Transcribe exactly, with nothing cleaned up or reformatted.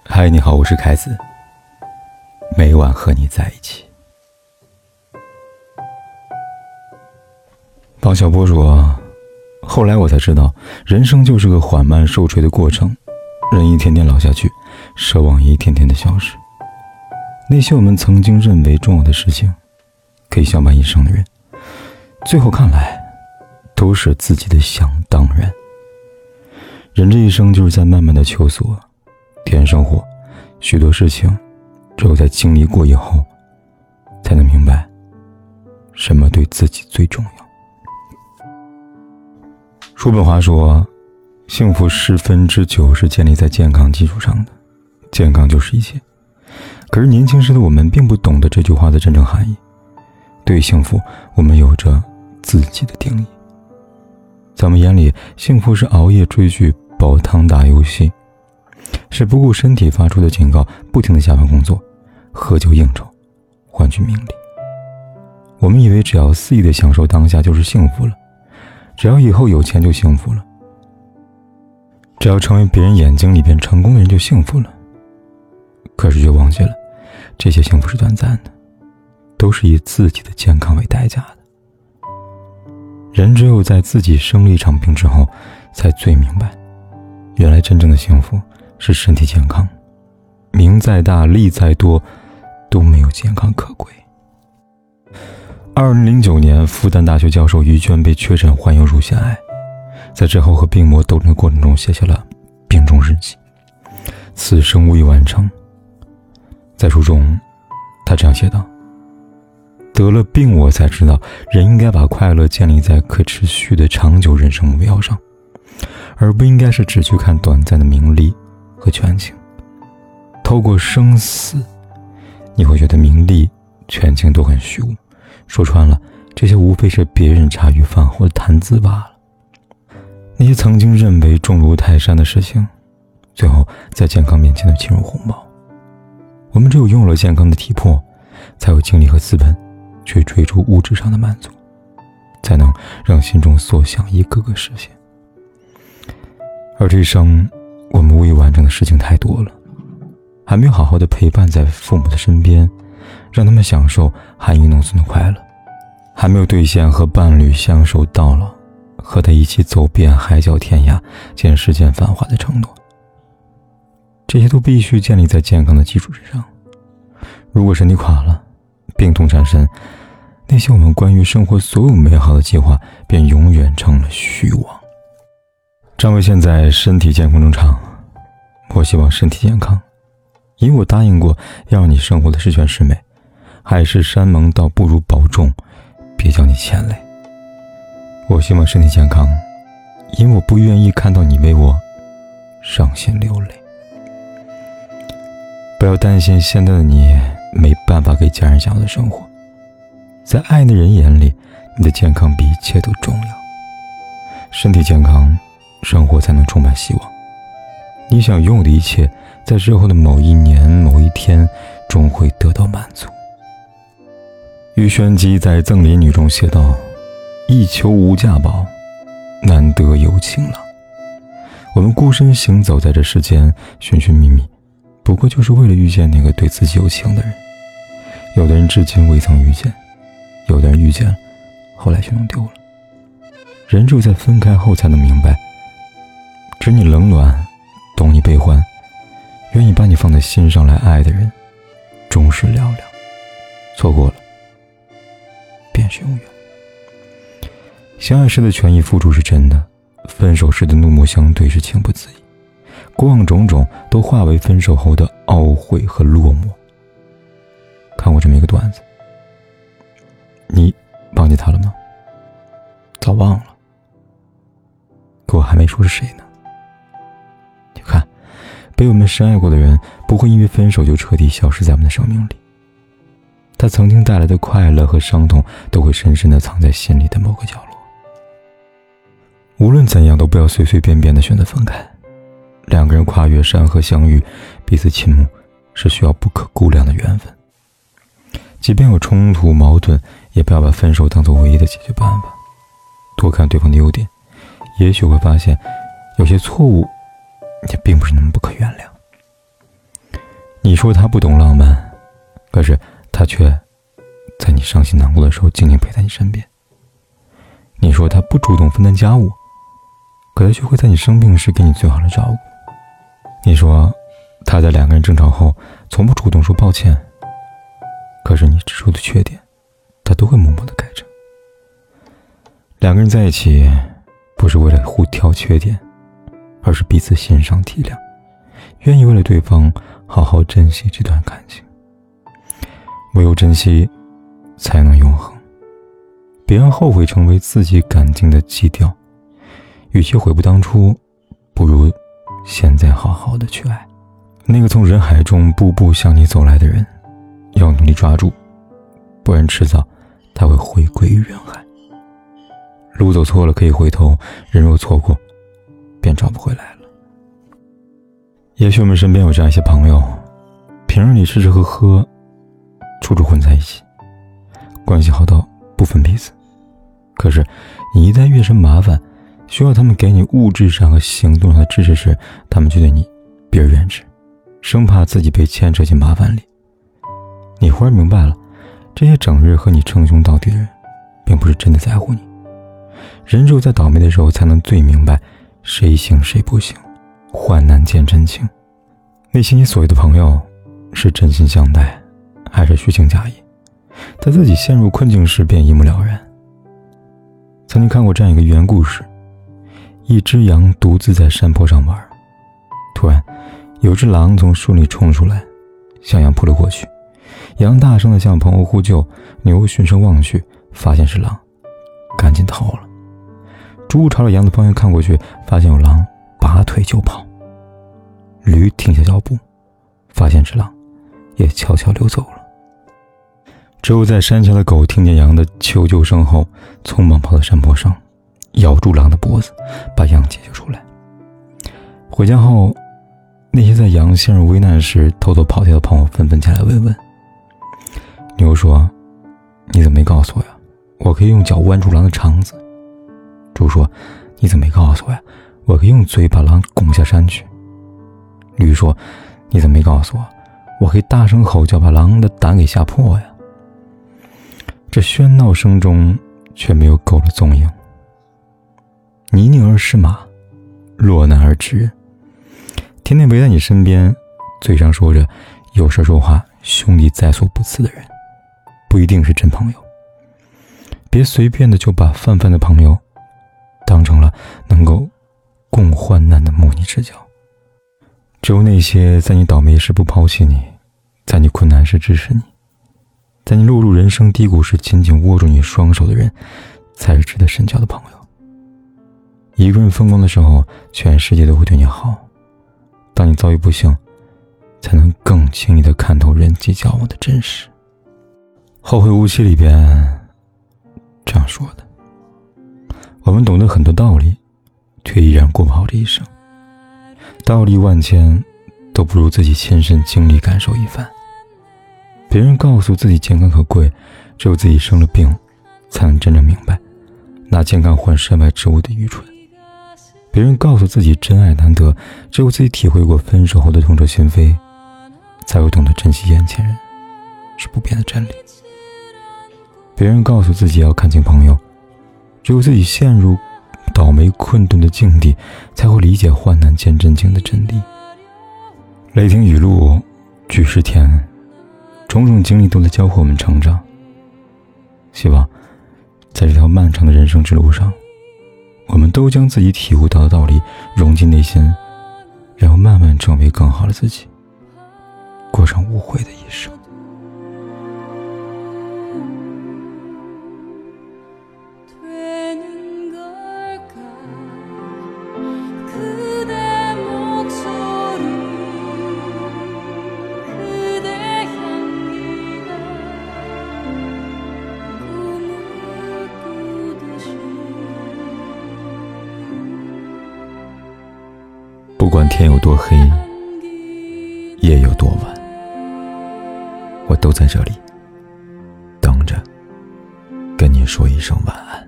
嗨，你好，我是凯子，每晚和你在一起。王小波说，后来我才知道，人生就是个缓慢受锤的过程，人一天天老下去，奢望一天天的消失。那些我们曾经认为重要的事情，可以相伴一生的人，最后看来都是自己的想当然。人这一生就是在慢慢的求索体验生活，许多事情只有在经历过以后，才能明白什么对自己最重要。叔本华说，幸福十分之九是建立在健康基础上的，健康就是一切。可是年轻时的我们并不懂得这句话的真正含义，对于幸福我们有着自己的定义。在我们眼里，幸福是熬夜追剧、煲汤打游戏，是不顾身体发出的警告，不停地下班工作，喝酒应酬，换取名利。我们以为只要肆意地享受当下就是幸福了，只要以后有钱就幸福了，只要成为别人眼睛里边成功的人就幸福了。可是却忘记了，这些幸福是短暂的，都是以自己的健康为代价的。人只有在自己生了一场病之后，才最明白，原来真正的幸福是身体健康，名再大利再多都没有健康可贵。二零零九年，复旦大学教授于娟被确诊患有乳腺癌，在之后和病魔斗争的过程中写下了病中日记，此生无以完成。在书中他这样写道，得了病我才知道，人应该把快乐建立在可持续的长久人生目标上，而不应该是只去看短暂的名利和权情。透过生死，你会觉得名利权情都很虚无，说穿了，这些无非是别人茶余饭后的谈资罢了。那些曾经认为重如泰山的事情，最后在健康面前的轻如鸿毛。我们只有拥有了健康的体魄，才有精力和资本去追逐物质上的满足，才能让心中所想一个个实现。而这一生我们无以完成的事情太多了，还没有好好的陪伴在父母的身边，让他们享受含饴弄孙的快乐，还没有兑现和伴侣相守到老，和他一起走遍海角天涯，见世间繁华的承诺。这些都必须建立在健康的基础之上。如果身体垮了，病痛缠身，那些我们关于生活所有美好的计划便永远成了虚妄。张伟现在身体健康正常，我希望身体健康，因为我答应过要让你生活的十全十美，海誓山盟倒不如保重，别叫你牵累。我希望身体健康，因为我不愿意看到你为我伤心流泪。不要担心现在的你没办法给家人想要的生活，在爱的人眼里，你的健康比一切都重要。身体健康，生活才能充满希望。你想拥有的一切，在之后的某一年某一天终会得到满足。于玄机在《赠礼女》中写道，一求无价宝，难得有情郎。我们孤身行走在这世间，寻寻觅觅，不过就是为了遇见那个对自己有情的人。有的人至今未曾遇见，有的人遇见了，后来却弄丢了。人只有在分开后才能明白，知你冷暖，懂你悲欢，愿意把你放在心上来爱的人，终是寥寥。错过了，便是永远。相爱时的全意付出是真的，分手时的怒目相对是情不自已。过往种种都化为分手后的懊悔和落寞。看过这么一个段子，你忘记他了吗？早忘了，可我还没说是谁呢。你看，被我们深爱过的人，不会因为分手就彻底消失在我们的生命里，他曾经带来的快乐和伤痛，都会深深地藏在心里的某个角落。无论怎样，都不要随随便便地选择分开。两个人跨越山河相遇，彼此倾慕，是需要不可估量的缘分。即便有冲突矛盾，也不要把分手当作唯一的解决办法，多看对方的优点，也许会发现有些错误也并不是那么不可原谅。 你说他不懂浪漫，可是他却在你伤心难过的时候静静陪在你身边。你说他不主动分担家务，可他却会在你生病时给你最好的照顾。你说他在两个人争吵后从不主动说抱歉，可是你指出的缺点他都会默默地改正。两个人在一起不是为了互挑缺点，而是彼此欣赏体谅，愿意为了对方好好珍惜这段感情。唯有珍惜才能永恒，别让后悔成为自己感情的基调。与其悔不当初，不如现在好好的去爱那个从人海中步步向你走来的人，要努力抓住，不然迟早他会回归于人海。路走错了可以回头，人若错过便找不回来了。也许我们身边有这样一些朋友，平日里吃吃喝喝，处处混在一起，关系好到不分彼此，可是你一旦遇上麻烦，需要他们给你物质上和行动上的支持时，他们却对你避而远之，生怕自己被牵扯进麻烦里。你忽然明白了，这些整日和你称兄道弟的人并不是真的在乎你。人只有在倒霉的时候才能最明白谁行谁不行，患难见真情。那些你所谓的朋友，是真心相待还是虚情假意，在自己陷入困境时便一目了然。曾经看过这样一个寓言故事，一只羊独自在山坡上玩，突然有只狼从树里冲出来，向羊扑了过去。羊大声地向朋友呼救，牛循声望去，发现是狼，赶紧逃了。猪朝着羊的方向看过去，发现有狼，拔腿就跑。驴停下脚步，发现只狼，也悄悄溜走了。只有在山下的狗听见羊的求救声后，匆忙跑到山坡上，咬住狼的脖子，把羊解救出来。回家后，那些在羊陷入危难时偷偷跑掉的朋友纷纷前来慰问。牛说：“你怎么没告诉我呀？我可以用脚弯住狼的肠子。”猪说：“你怎么没告诉我呀？我可以用嘴把狼拱下山去。”驴说：“你怎么没告诉我？我可以大声吼叫把狼的胆给吓破呀。”这喧闹声中却没有狗的踪影。泥泞而失马，落难而知人。天天围在你身边，嘴上说着有事说话兄弟在所不辞的人，不一定是真朋友。别随便的就把泛泛的朋友当成了能够共患难的母女之交。只有那些在你倒霉时不抛弃你，在你困难时支持你，在你落入人生低谷时紧紧握住你双手的人，才是值得深交的朋友。一个人风光的时候，全世界都会对你好，当你遭遇不幸，才能更轻易地看透人际交往的真实。后会无期里边这样说的，我们懂得很多道理，却依然过不好这一生。道理万千，都不如自己亲身经历感受一番。别人告诉自己健康可贵，只有自己生了病才能真正明白拿健康换身外之物的愚蠢。别人告诉自己真爱难得，只有自己体会过分手后的痛彻心扉，才会懂得珍惜眼前人是不变的真理。别人告诉自己要看清朋友，只有自己陷入倒霉困顿的境地，才会理解患难见真情的真谛。雷霆雨露俱是天，种种经历都在教会我们成长。希望在这条漫长的人生之路上，我们都将自己体悟到的道理融进内心，然后慢慢成为更好的自己，过上无悔的一生。不管天有多黑，夜有多晚，我都在这里等着跟你说一声晚安。